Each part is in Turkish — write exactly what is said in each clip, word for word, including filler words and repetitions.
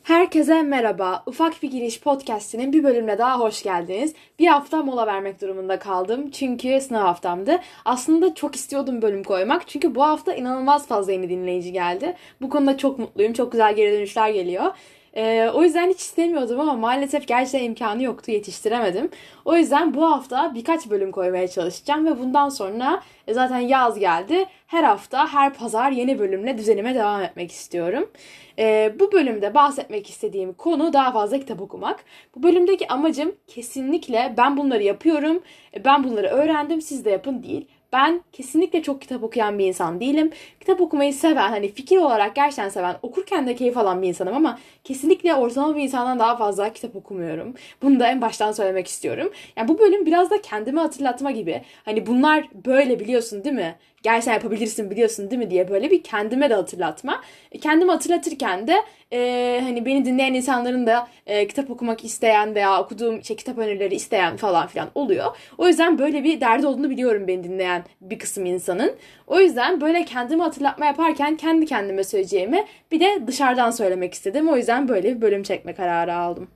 Herkese merhaba. Ufak bir Giriş Podcast'inin bir bölümüne daha hoş geldiniz. Bir hafta mola vermek durumunda kaldım. Çünkü sınav haftamdı. Aslında çok istiyordum bölüm koymak. Çünkü bu hafta inanılmaz fazla yeni dinleyici geldi. Bu konuda çok mutluyum. Çok güzel geri dönüşler geliyor. Ee, o yüzden hiç istemiyordum ama maalesef gerçekten imkanı yoktu. Yetiştiremedim. O yüzden bu hafta birkaç bölüm koymaya çalışacağım. Ve bundan sonra e, zaten yaz geldi. Her hafta, her pazar yeni bölümle düzenime devam etmek istiyorum. Ee, bu bölümde bahsetmek istediğim konu daha fazla kitap okumak. Bu bölümdeki amacım kesinlikle ben bunları yapıyorum, ben bunları öğrendim, siz de yapın değil. Ben kesinlikle çok kitap okuyan bir insan değilim. Kitap okumayı seven, hani fikir olarak gerçekten seven, okurken de keyif alan bir insanım ama kesinlikle ortalama bir insandan daha fazla kitap okumuyorum. Bunu da en baştan söylemek istiyorum. Yani bu bölüm biraz da kendimi hatırlatma gibi. Hani bunlar böyle biliyorsun değil mi? Gerçekten yapabilirsin biliyorsun değil mi diye böyle bir kendime de hatırlatma. E, kendimi hatırlatırken de e, hani beni dinleyen insanların da e, kitap okumak isteyen veya okuduğum şey, kitap önerileri isteyen falan filan oluyor. O yüzden böyle bir derdi olduğunu biliyorum beni dinleyen bir kısım insanın. O yüzden böyle kendimi hatırlatma yaparken kendi kendime söyleyeceğimi bir de dışarıdan söylemek istedim. O yüzden böyle bir bölüm çekme kararı aldım.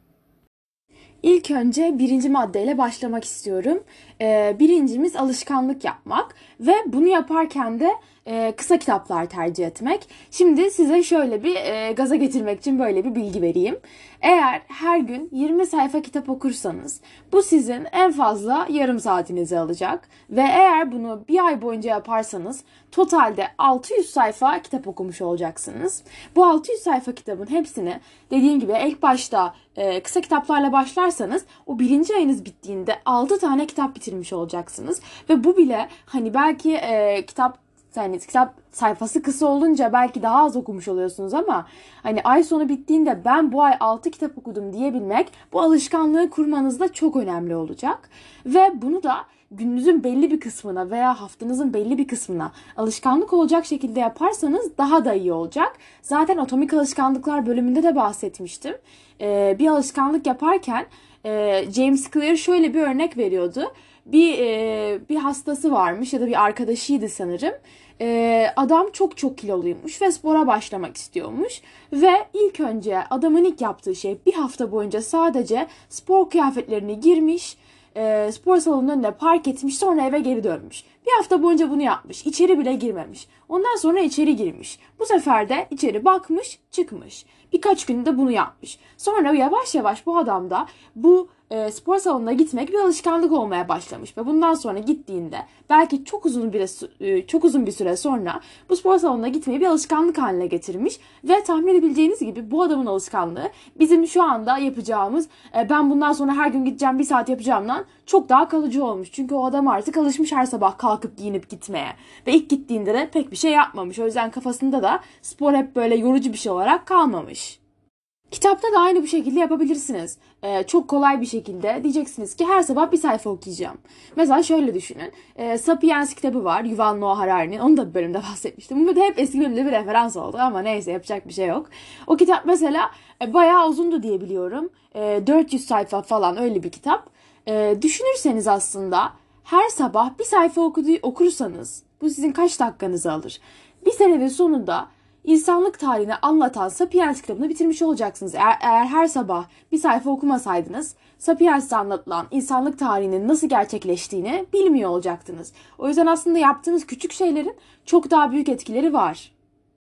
İlk önce birinci maddeyle başlamak istiyorum. Ee, birincimiz alışkanlık yapmak ve bunu yaparken de e, kısa kitaplar tercih etmek. Şimdi size şöyle bir e, gaza getirmek için böyle bir bilgi vereyim. Eğer her gün yirmi sayfa kitap okursanız bu sizin en fazla yarım saatinizi alacak. Ve eğer bunu bir ay boyunca yaparsanız totalde altı yüz sayfa kitap okumuş olacaksınız. Bu altı yüz sayfa kitabın hepsini dediğim gibi ilk başta e, kısa kitaplarla başlarsanız o birinci ayınız bittiğinde altı tane kitap bitirmiş olacaksınız. Ve bu bile hani belki e, kitap yani kitap sayfası kısa olunca belki daha az okumuş oluyorsunuz ama hani ay sonu bittiğinde ben bu ay altı kitap okudum diyebilmek bu alışkanlığı kurmanızda çok önemli olacak. Ve bunu da gününüzün belli bir kısmına veya haftanızın belli bir kısmına alışkanlık olacak şekilde yaparsanız daha da iyi olacak. Zaten Atomik Alışkanlıklar bölümünde de bahsetmiştim. Ee, bir alışkanlık yaparken e, James Clear şöyle bir örnek veriyordu. Bir e, bir hastası varmış ya da bir arkadaşıydı sanırım. E, adam çok çok kiloluymuş ve spora başlamak istiyormuş. Ve ilk önce adamın ilk yaptığı şey bir hafta boyunca sadece spor kıyafetlerini girmiş, e, spor salonunun önüne park etmiş, sonra eve geri dönmüş. Bir hafta boyunca bunu yapmış. İçeri bile girmemiş. Ondan sonra içeri girmiş. Bu sefer de içeri bakmış, çıkmış. Birkaç günde bunu yapmış. Sonra yavaş yavaş bu adamda bu e, spor salonuna gitmek bir alışkanlık olmaya başlamış ve bundan sonra gittiğinde belki çok uzun bir e, çok uzun bir süre sonra bu spor salonuna gitmeyi bir alışkanlık haline getirmiş ve tahmin edebileceğiniz gibi bu adamın alışkanlığı bizim şu anda yapacağımız e, ben bundan sonra her gün gideceğim bir saat yapacağımdan çok daha kalıcı olmuş. Çünkü o adam artık alışmış her sabah kalkıp giyinip gitmeye ve ilk gittiğinde de pek bir şey yapmamış. O yüzden kafasında da spor hep böyle yorucu bir şey olarak kalmamış. Kitapta da aynı bu şekilde yapabilirsiniz. Ee, çok kolay bir şekilde diyeceksiniz ki her sabah bir sayfa okuyacağım. Mesela şöyle düşünün. Ee, Sapiens kitabı var. Yuval Noah Harari'nin. Onu da bir bölümde bahsetmiştim. Bu da hep eski bölümde bir referans oldu ama neyse yapacak bir şey yok. O kitap mesela e, bayağı uzundu diye biliyorum. E, dört yüz sayfa falan öyle bir kitap. E, düşünürseniz aslında her sabah bir sayfa okudu, okursanız bu sizin kaç dakikanızı alır? Bir senenin sonunda İnsanlık tarihini anlatan Sapiens kitabını bitirmiş olacaksınız. Eğer, eğer her sabah bir sayfa okumasaydınız, Sapiens'te anlatılan insanlık tarihinin nasıl gerçekleştiğini bilmiyor olacaktınız. O yüzden aslında yaptığınız küçük şeylerin çok daha büyük etkileri var.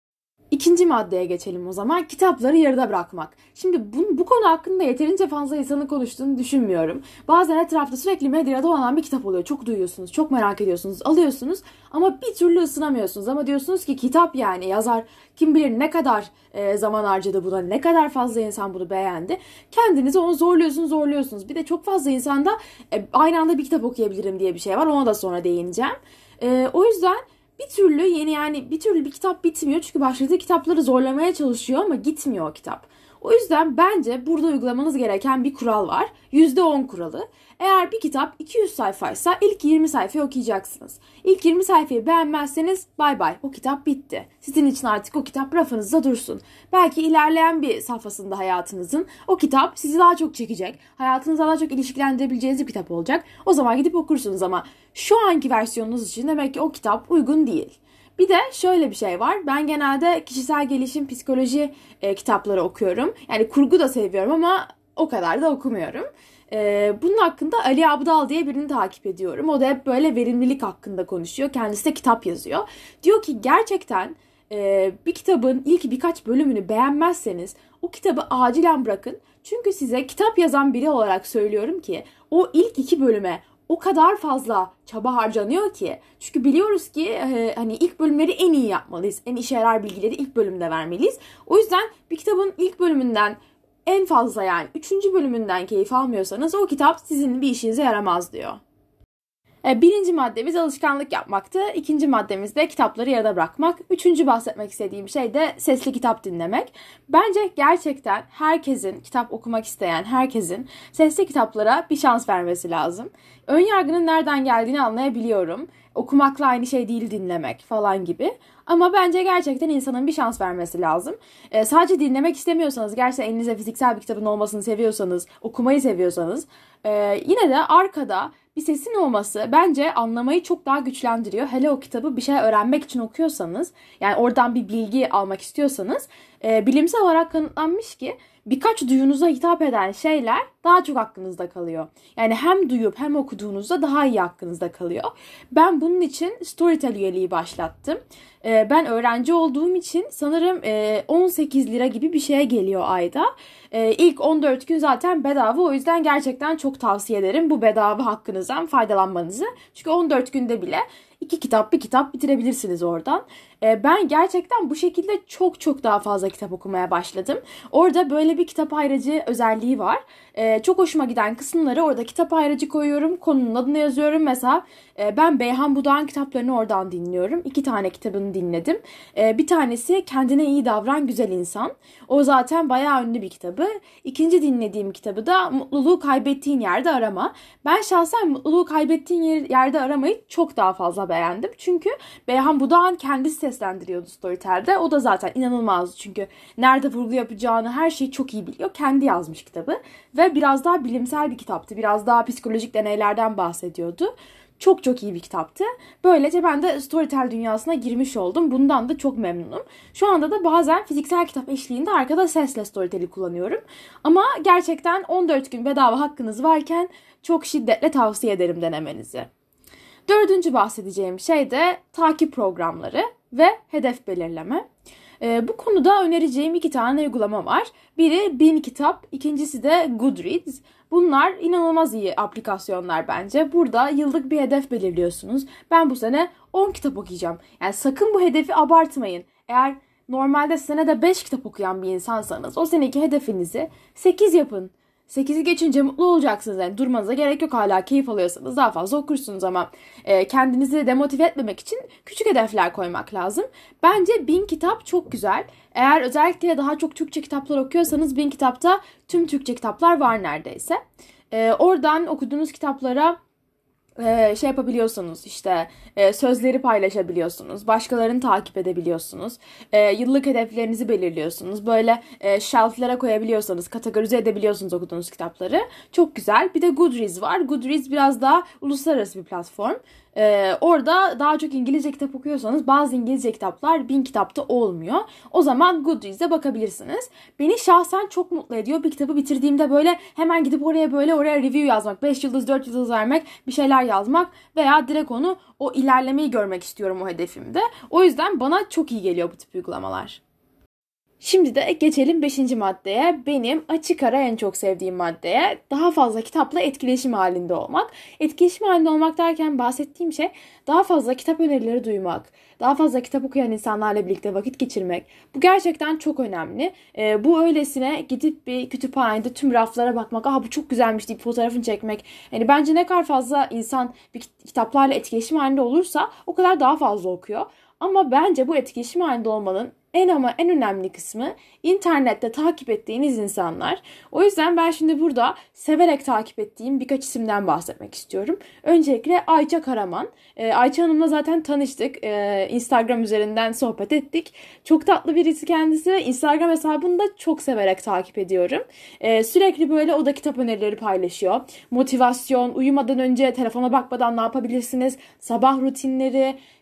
İkinci maddeye geçelim o zaman. Kitapları yarıda bırakmak. Şimdi bu, bu konu hakkında yeterince fazla insanın konuştuğunu düşünmüyorum. Bazen etrafta sürekli medyada dolanan bir kitap oluyor. Çok duyuyorsunuz, çok merak ediyorsunuz, alıyorsunuz ama bir türlü ısınamıyorsunuz. Ama diyorsunuz ki kitap yani yazar kim bilir ne kadar e, zaman harcadı buna, ne kadar fazla insan bunu beğendi. Kendinizi onu zorluyorsunuz, zorluyorsunuz. Bir de çok fazla insanda e, aynı anda bir kitap okuyabilirim diye bir şey var. Ona da sonra değineceğim. E, o yüzden bir türlü yeni yani bir türlü bir kitap bitmiyor. Çünkü başladığı kitapları zorlamaya çalışıyor ama gitmiyor o kitap. O yüzden bence burada uygulamanız gereken bir kural var. yüzde on kuralı. Eğer bir kitap iki yüz sayfaysa ilk yirmi sayfayı okuyacaksınız. İlk yirmi sayfayı beğenmezseniz bay bay o kitap bitti. Sizin için artık o kitap rafınızda dursun. Belki ilerleyen bir safhasında hayatınızın o kitap sizi daha çok çekecek. Hayatınızla daha çok ilişkilendirebileceğiniz bir kitap olacak. O zaman gidip okursunuz ama şu anki versiyonunuz için demek ki o kitap uygun değil. Bir de şöyle bir şey var. Ben genelde kişisel gelişim, psikoloji e, kitapları okuyorum. Yani kurgu da seviyorum ama o kadar da okumuyorum. E, bunun hakkında Ali Abdal diye birini takip ediyorum. O da hep böyle verimlilik hakkında konuşuyor. Kendisi de kitap yazıyor. Diyor ki gerçekten e, bir kitabın ilk birkaç bölümünü beğenmezseniz o kitabı acilen bırakın. Çünkü size kitap yazan biri olarak söylüyorum ki o ilk iki bölüme o kadar fazla çaba harcanıyor ki. Çünkü biliyoruz ki e, hani ilk bölümleri en iyi yapmalıyız. En işe yarar bilgileri ilk bölümde vermeliyiz. O yüzden bir kitabın ilk bölümünden en fazla yani üçüncü bölümünden keyif almıyorsanız o kitap sizin bir işinize yaramaz diyor. Birinci maddemiz alışkanlık yapmaktı. İkinci maddemiz de kitapları yarıda bırakmak. Üçüncü bahsetmek istediğim şey de sesli kitap dinlemek. Bence gerçekten herkesin, kitap okumak isteyen herkesin sesli kitaplara bir şans vermesi lazım. Önyargının nereden geldiğini anlayabiliyorum. Okumakla aynı şey değil dinlemek falan gibi. Ama bence gerçekten insanın bir şans vermesi lazım. Ee, sadece dinlemek istemiyorsanız, gerçekten elinizde fiziksel bir kitabın olmasını seviyorsanız, okumayı seviyorsanız e, yine de arkada bir sesin olması bence anlamayı çok daha güçlendiriyor. Hele o kitabı bir şey öğrenmek için okuyorsanız, yani oradan bir bilgi almak istiyorsanız, e, bilimsel olarak kanıtlanmış ki birkaç duyunuza hitap eden şeyler daha çok aklınızda kalıyor. Yani hem duyup hem okuduğunuzda daha iyi aklınızda kalıyor. Ben bunun için Storytel üyeliği başlattım. E, ben öğrenci olduğum için sanırım e, on sekiz lira gibi bir şeye geliyor ayda. E, ilk on dört gün zaten bedava, o yüzden gerçekten çok tavsiye ederim bu bedava hakkınızdan faydalanmanızı. Çünkü on dört günde bile iki kitap bir kitap bitirebilirsiniz oradan. E, ben gerçekten bu şekilde çok çok daha fazla kitap okumaya başladım. Orada böyle bir kitap ayracı özelliği var. E, çok hoşuma giden kısımları orada kitap ayracı koyuyorum. Konunun adını yazıyorum. Mesela e, ben Beyhan Budak'ın kitaplarını oradan dinliyorum. İki tane kitabını dinledim. E, bir tanesi Kendine İyi Davran Güzel İnsan. O zaten bayağı ünlü bir kitabı. İkinci dinlediğim kitabı da Mutluluğu Kaybettiğin Yerde Arama. Ben şahsen Mutluluğu Kaybettiğin Yerde Aramayı çok daha fazla beğendim. Çünkü Beyhan Budak'ın kendisi seslendiriyordu Storytel'de. O da zaten inanılmazdı. Çünkü nerede vurgu yapacağını her şeyi çok iyi biliyor. Kendi yazmış kitabı. Ve biraz daha bilimsel bir kitaptı. Biraz daha psikolojik deneylerden bahsediyordu. Çok çok iyi bir kitaptı. Böylece ben de Storytel dünyasına girmiş oldum. Bundan da çok memnunum. Şu anda da bazen fiziksel kitap eşliğinde arkada sesle Storytel'i kullanıyorum. Ama gerçekten on dört gün bedava hakkınız varken çok şiddetle tavsiye ederim denemenizi. Dördüncü bahsedeceğim şey de takip programları ve hedef belirleme. Ee, bu konuda önereceğim iki tane uygulama var. Biri Bin Kitap, ikincisi de Goodreads. Bunlar inanılmaz iyi aplikasyonlar bence. Burada yıllık bir hedef belirliyorsunuz. Ben bu sene on kitap okuyacağım. Yani sakın bu hedefi abartmayın. Eğer normalde senede beş kitap okuyan bir insansanız o seneki hedefinizi sekiz yapın. sekizi geçince mutlu olacaksınız. Yani durmanıza gerek yok, hala keyif alıyorsanız daha fazla okursunuz ama e, kendinizi demotive etmemek için küçük hedefler koymak lazım. Bence Bin Kitap çok güzel. Eğer özellikle daha çok Türkçe kitaplar okuyorsanız Bin Kitap'ta tüm Türkçe kitaplar var neredeyse. E, oradan okuduğunuz kitaplara Ee, şey yapabiliyorsunuz, işte e, sözleri paylaşabiliyorsunuz, başkalarını takip edebiliyorsunuz, e, yıllık hedeflerinizi belirliyorsunuz, böyle e, shelflere koyabiliyorsanız, kategorize edebiliyorsunuz okuduğunuz kitapları. Çok güzel. Bir de Goodreads var. Goodreads biraz daha uluslararası bir platform. Ee, orada daha çok İngilizce kitap okuyorsanız bazı İngilizce kitaplar Bin Kitap'ta olmuyor. O zaman Goodreads'e bakabilirsiniz. Beni şahsen çok mutlu ediyor. Bir kitabı bitirdiğimde böyle hemen gidip oraya böyle oraya review yazmak, beş yıldız dört yıldız vermek, bir şeyler yazmak veya direkt onu o ilerlemeyi görmek istiyorum o hedefimde. O yüzden bana çok iyi geliyor bu tip uygulamalar. Şimdi de geçelim beşinci maddeye. Benim açık ara en çok sevdiğim maddeye. Daha fazla kitapla etkileşim halinde olmak. Etkileşim halinde olmak derken bahsettiğim şey daha fazla kitap önerileri duymak. Daha fazla kitap okuyan insanlarla birlikte vakit geçirmek. Bu gerçekten çok önemli. Ee, bu öylesine gidip bir kütüphanede tüm raflara bakmak, "Aa bu çok güzelmiş" deyip fotoğrafını çekmek. Yani bence ne kadar fazla insan bir kitaplarla etkileşim halinde olursa o kadar daha fazla okuyor. Ama bence bu etkileşim halinde olmanın en ama en önemli kısmı internette takip ettiğiniz insanlar. O yüzden ben şimdi burada severek takip ettiğim birkaç isimden bahsetmek istiyorum. Öncelikle Ayça Karaman. Ee, Ayça Hanım'la zaten tanıştık. Ee, Instagram üzerinden sohbet ettik. Çok tatlı birisi kendisi. Instagram hesabını da çok severek takip ediyorum. Ee, sürekli böyle o da kitap önerileri paylaşıyor. Motivasyon, uyumadan önce telefona bakmadan ne yapabilirsiniz? Sabah rutinleri,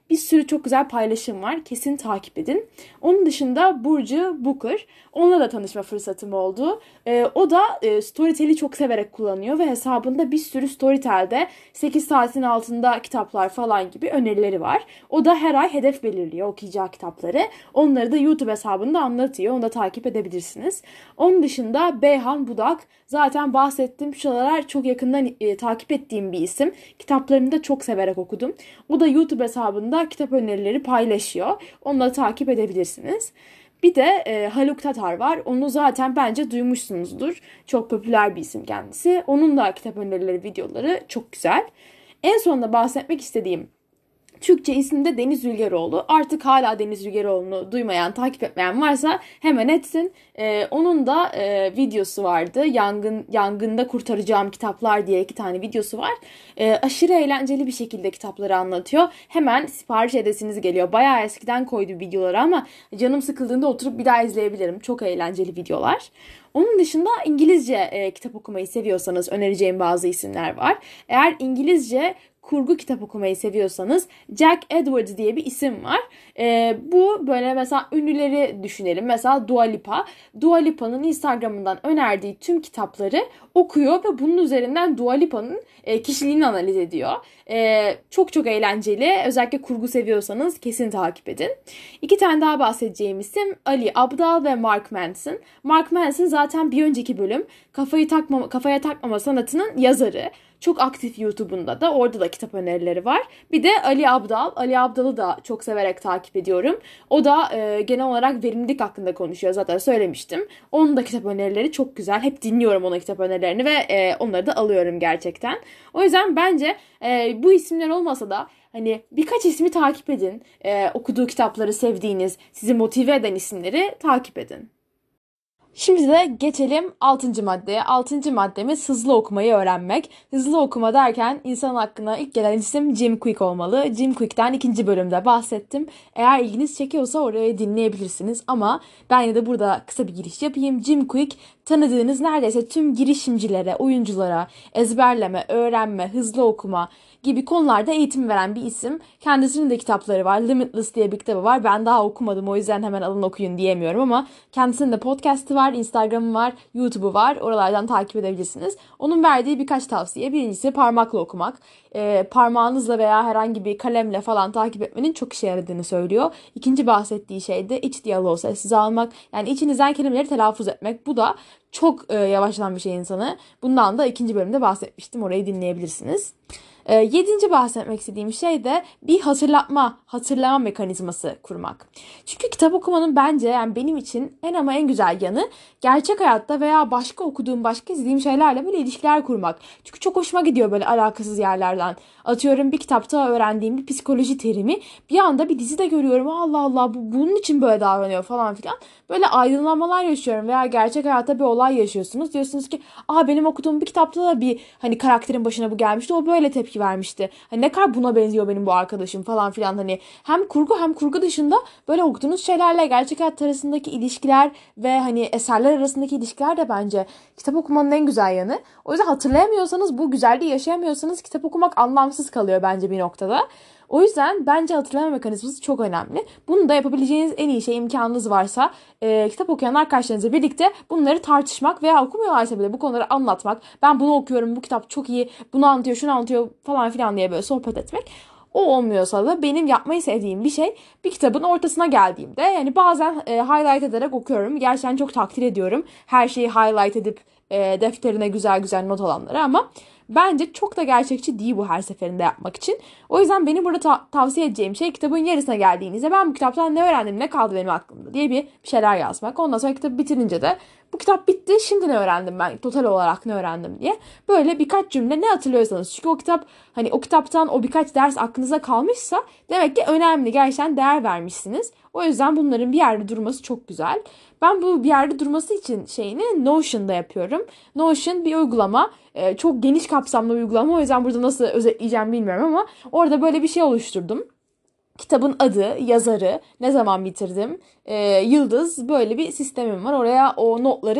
bir sürü çok güzel paylaşım var. Kesin takip edin. Onun dışında Burcu Booker. Onunla da tanışma fırsatım oldu. Ee, o da e, Storytel'i çok severek kullanıyor ve hesabında bir sürü Storytel'de sekiz saatin altında kitaplar falan gibi önerileri var. O da her ay hedef belirliyor okuyacağı kitapları. Onları da YouTube hesabında anlatıyor. Onu da takip edebilirsiniz. Onun dışında Beyhan Budak. Zaten bahsettiğim şu aralar çok yakından e, takip ettiğim bir isim. Kitaplarını da çok severek okudum. O da YouTube hesabında kitap önerileri paylaşıyor. Onu da takip edebilirsiniz. Bir de e, Haluk Tatar var. Onu zaten bence duymuşsunuzdur. Çok popüler bir isim kendisi. Onun da kitap önerileri videoları çok güzel. En sonunda bahsetmek istediğim Türkçe ismi de Deniz Ülgeroğlu. Artık hala Deniz Ülgeroğlu'nu duymayan, takip etmeyen varsa hemen etsin. Ee, onun da e, videosu vardı. Yangın Yangında Kurtaracağım Kitaplar diye iki tane videosu var. E, aşırı eğlenceli bir şekilde kitapları anlatıyor. Hemen sipariş edesiniz geliyor. Bayağı eskiden koydu videoları ama canım sıkıldığında oturup bir daha izleyebilirim. Çok eğlenceli videolar. Onun dışında İngilizce e, kitap okumayı seviyorsanız önereceğim bazı isimler var. Eğer İngilizce kurgu kitap okumayı seviyorsanız Jack Edwards diye bir isim var. Ee, bu böyle mesela ünlüleri düşünelim. Mesela Dua Lipa. Dua Lipa'nın Instagram'ından önerdiği tüm kitapları okuyor ve bunun üzerinden Dua Lipa'nın e, kişiliğini analiz ediyor. E, çok çok eğlenceli. Özellikle kurgu seviyorsanız kesin takip edin. İki tane daha bahsedeceğim isim Ali Abdal ve Mark Manson. Mark Manson zaten bir önceki bölüm kafayı takma, kafaya takmama sanatının yazarı. Çok aktif YouTube'unda da, orada da kitap önerileri var. Bir de Ali Abdal. Ali Abdal'ı da çok severek takip ediyorum. O da e, genel olarak verimlilik hakkında konuşuyor. Zaten söylemiştim. Onun da kitap önerileri çok güzel. Hep dinliyorum onun kitap önerilerini ve e, onları da alıyorum gerçekten. O yüzden bence e, bu isimler olmasa da hani birkaç ismi takip edin. E, okuduğu kitapları sevdiğiniz, sizi motive eden isimleri takip edin. Şimdi de geçelim altıncı maddeye. Altıncı maddemiz hızlı okumayı öğrenmek. Hızlı okuma derken insan aklına ilk gelen isim Jim Kwik olmalı. Jim Kwik'ten ikinci bölümde bahsettim. Eğer ilginiz çekiyorsa orayı dinleyebilirsiniz. Ama ben yine de burada kısa bir giriş yapayım. Jim Kwik tanıdığınız neredeyse tüm girişimcilere, oyunculara ezberleme, öğrenme, hızlı okuma gibi konularda eğitim veren bir isim. Kendisinin de kitapları var. Limitless diye bir kitabı var. Ben daha okumadım, o yüzden hemen alın okuyun diyemiyorum ama kendisinin de podcast'ı var, Instagram'ı var, YouTube'u var. Oralardan takip edebilirsiniz. Onun verdiği birkaç tavsiye. Birincisi parmakla okumak. E, parmağınızla veya herhangi bir kalemle falan takip etmenin çok işe yaradığını söylüyor. İkinci bahsettiği şey de iç diyaloğu sessiz almak. Yani içinizden kelimeleri telaffuz etmek. Bu da çok e, yavaşlayan bir şey insanı. Bundan da ikinci bölümde bahsetmiştim. Orayı dinleyebilirsiniz. E, yedinci bahsetmek istediğim şey de bir hatırlatma, hatırlama mekanizması kurmak. Çünkü kitap okumanın bence yani benim için en ama en güzel yanı gerçek hayatta veya başka okuduğum, başka izlediğim şeylerle böyle ilişkiler kurmak. Çünkü çok hoşuma gidiyor böyle alakasız yerlerden. Atıyorum bir kitapta öğrendiğim bir psikoloji terimi bir anda bir dizide görüyorum. Allah Allah, bu bunun için böyle davranıyor falan filan. Böyle aydınlanmalar yaşıyorum veya gerçek hayatta bir olay yaşıyorsunuz. Diyorsunuz ki aa, benim okuduğum bir kitapta da bir hani karakterin başına bu gelmişti. O böyle tepki vermişti. Hani ne kadar buna benziyor benim bu arkadaşım falan filan, hani hem kurgu hem kurgu dışında böyle okuduğunuz şeylerle gerçek hayat arasındaki ilişkiler ve hani eserler arasındaki ilişkiler de bence kitap okumanın en güzel yanı. O yüzden hatırlayamıyorsanız, bu güzelliği yaşayamıyorsanız kitap okumak anlamsız kalıyor bence bir noktada. O yüzden bence hatırlama mekanizması çok önemli. Bunu da yapabileceğiniz en iyi şey, imkanınız varsa e, kitap okuyan arkadaşlarınızla birlikte bunları tartışmak veya okumuyorlarsa bile bu konuları anlatmak. Ben bunu okuyorum, bu kitap çok iyi, bunu anlatıyor, şunu anlatıyor falan filan diye böyle sohbet etmek. O olmuyorsa da benim yapmayı sevdiğim bir şey, bir kitabın ortasına geldiğimde yani bazen e, highlight ederek okuyorum. Gerçekten çok takdir ediyorum her şeyi highlight edip e, defterine güzel güzel not alanları, ama bence çok da gerçekçi değil bu her seferinde yapmak için. O yüzden benim burada ta- tavsiye edeceğim şey, kitabın yarısına geldiğinizde ben bu kitaptan ne öğrendim, ne kaldı benim aklımda diye bir, bir şeyler yazmak. Ondan sonra kitabı bitirince de bu kitap bitti, şimdi ne öğrendim ben, total olarak ne öğrendim diye. Böyle birkaç cümle ne hatırlıyorsanız. Çünkü o kitap, hani o kitaptan o birkaç ders aklınıza kalmışsa demek ki önemli, gerçekten değer vermişsiniz. O yüzden bunların bir yerde durması çok güzel. Ben bu bir yerde durması için şeyini Notion'da yapıyorum. Notion bir uygulama. Ee, çok geniş kapsamlı bir uygulama. O yüzden burada nasıl özetleyeceğim bilmiyorum ama orada böyle bir şey oluşturdum. Kitabın adı, yazarı, ne zaman bitirdim, e, yıldız, böyle bir sistemim var. Oraya o notları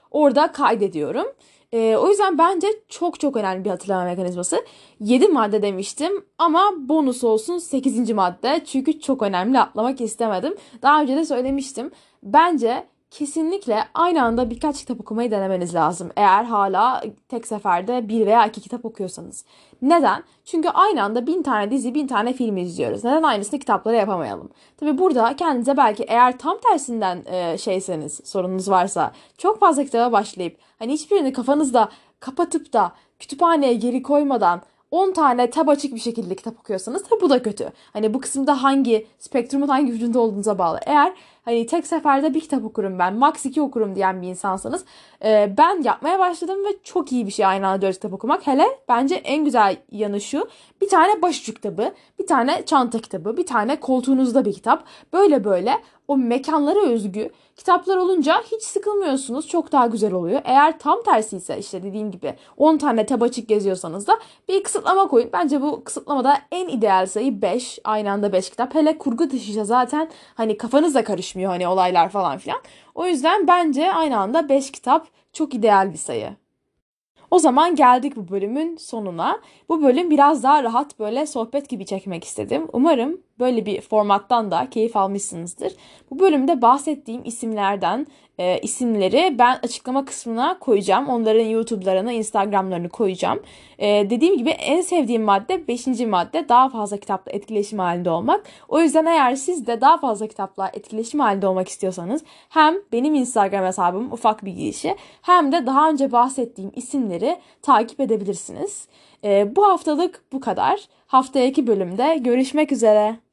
orada kaydediyorum. Ee, o yüzden bence çok çok önemli bir hatırlama mekanizması. yedi madde demiştim ama bonus olsun sekizinci madde. Çünkü çok önemli, atlamak istemedim. Daha önce de söylemiştim. Bence kesinlikle aynı anda birkaç kitap okumayı denemeniz lazım. Eğer hala tek seferde bir veya iki kitap okuyorsanız. Neden? Çünkü aynı anda bin tane dizi, bin tane film izliyoruz. Neden aynısını kitaplara yapamayalım? Tabii burada kendinize belki eğer tam tersinden e, şeyseniz, sorununuz varsa çok fazla kitaba başlayıp hani hiçbirini kafanızda kapatıp da kütüphaneye geri koymadan on tane tab açık bir şekilde kitap okuyorsanız tabii bu da kötü. Hani bu kısımda hangi spektrumun hangi ucunda olduğunuza bağlı. Eğer hani tek seferde bir kitap okurum ben, max iki okurum diyen bir insansanız e, ben yapmaya başladım ve çok iyi bir şey aynı anda dört kitap okumak. Hele bence en güzel yanı şu: bir tane başucu kitabı, bir tane çanta kitabı, bir tane koltuğunuzda bir kitap. Böyle böyle o mekanlara özgü kitaplar olunca hiç sıkılmıyorsunuz. Çok daha güzel oluyor. Eğer tam tersi ise işte dediğim gibi on tane tab açık geziyorsanız da bir kısıtlama koyun. Bence bu kısıtlamada en ideal sayı beş. Aynı anda beş kitap. Hele kurgu dışı zaten hani kafanızda karışmıyor hani olaylar falan filan. O yüzden bence aynı anda beş kitap çok ideal bir sayı. O zaman geldik bu bölümün sonuna. Bu bölüm biraz daha rahat, böyle sohbet gibi çekmek istedim. Umarım böyle bir formattan da keyif almışsınızdır. Bu bölümde bahsettiğim isimlerden e, isimleri ben açıklama kısmına koyacağım. Onların YouTube'larına, Instagram'larını koyacağım. E, dediğim gibi en sevdiğim madde beşinci madde, daha fazla kitapla etkileşim halinde olmak. O yüzden eğer siz de daha fazla kitapla etkileşim halinde olmak istiyorsanız hem benim Instagram hesabım ufak bir girişi hem de daha önce bahsettiğim isimleri takip edebilirsiniz. E, bu haftalık bu kadar. Haftaki bölümde görüşmek üzere.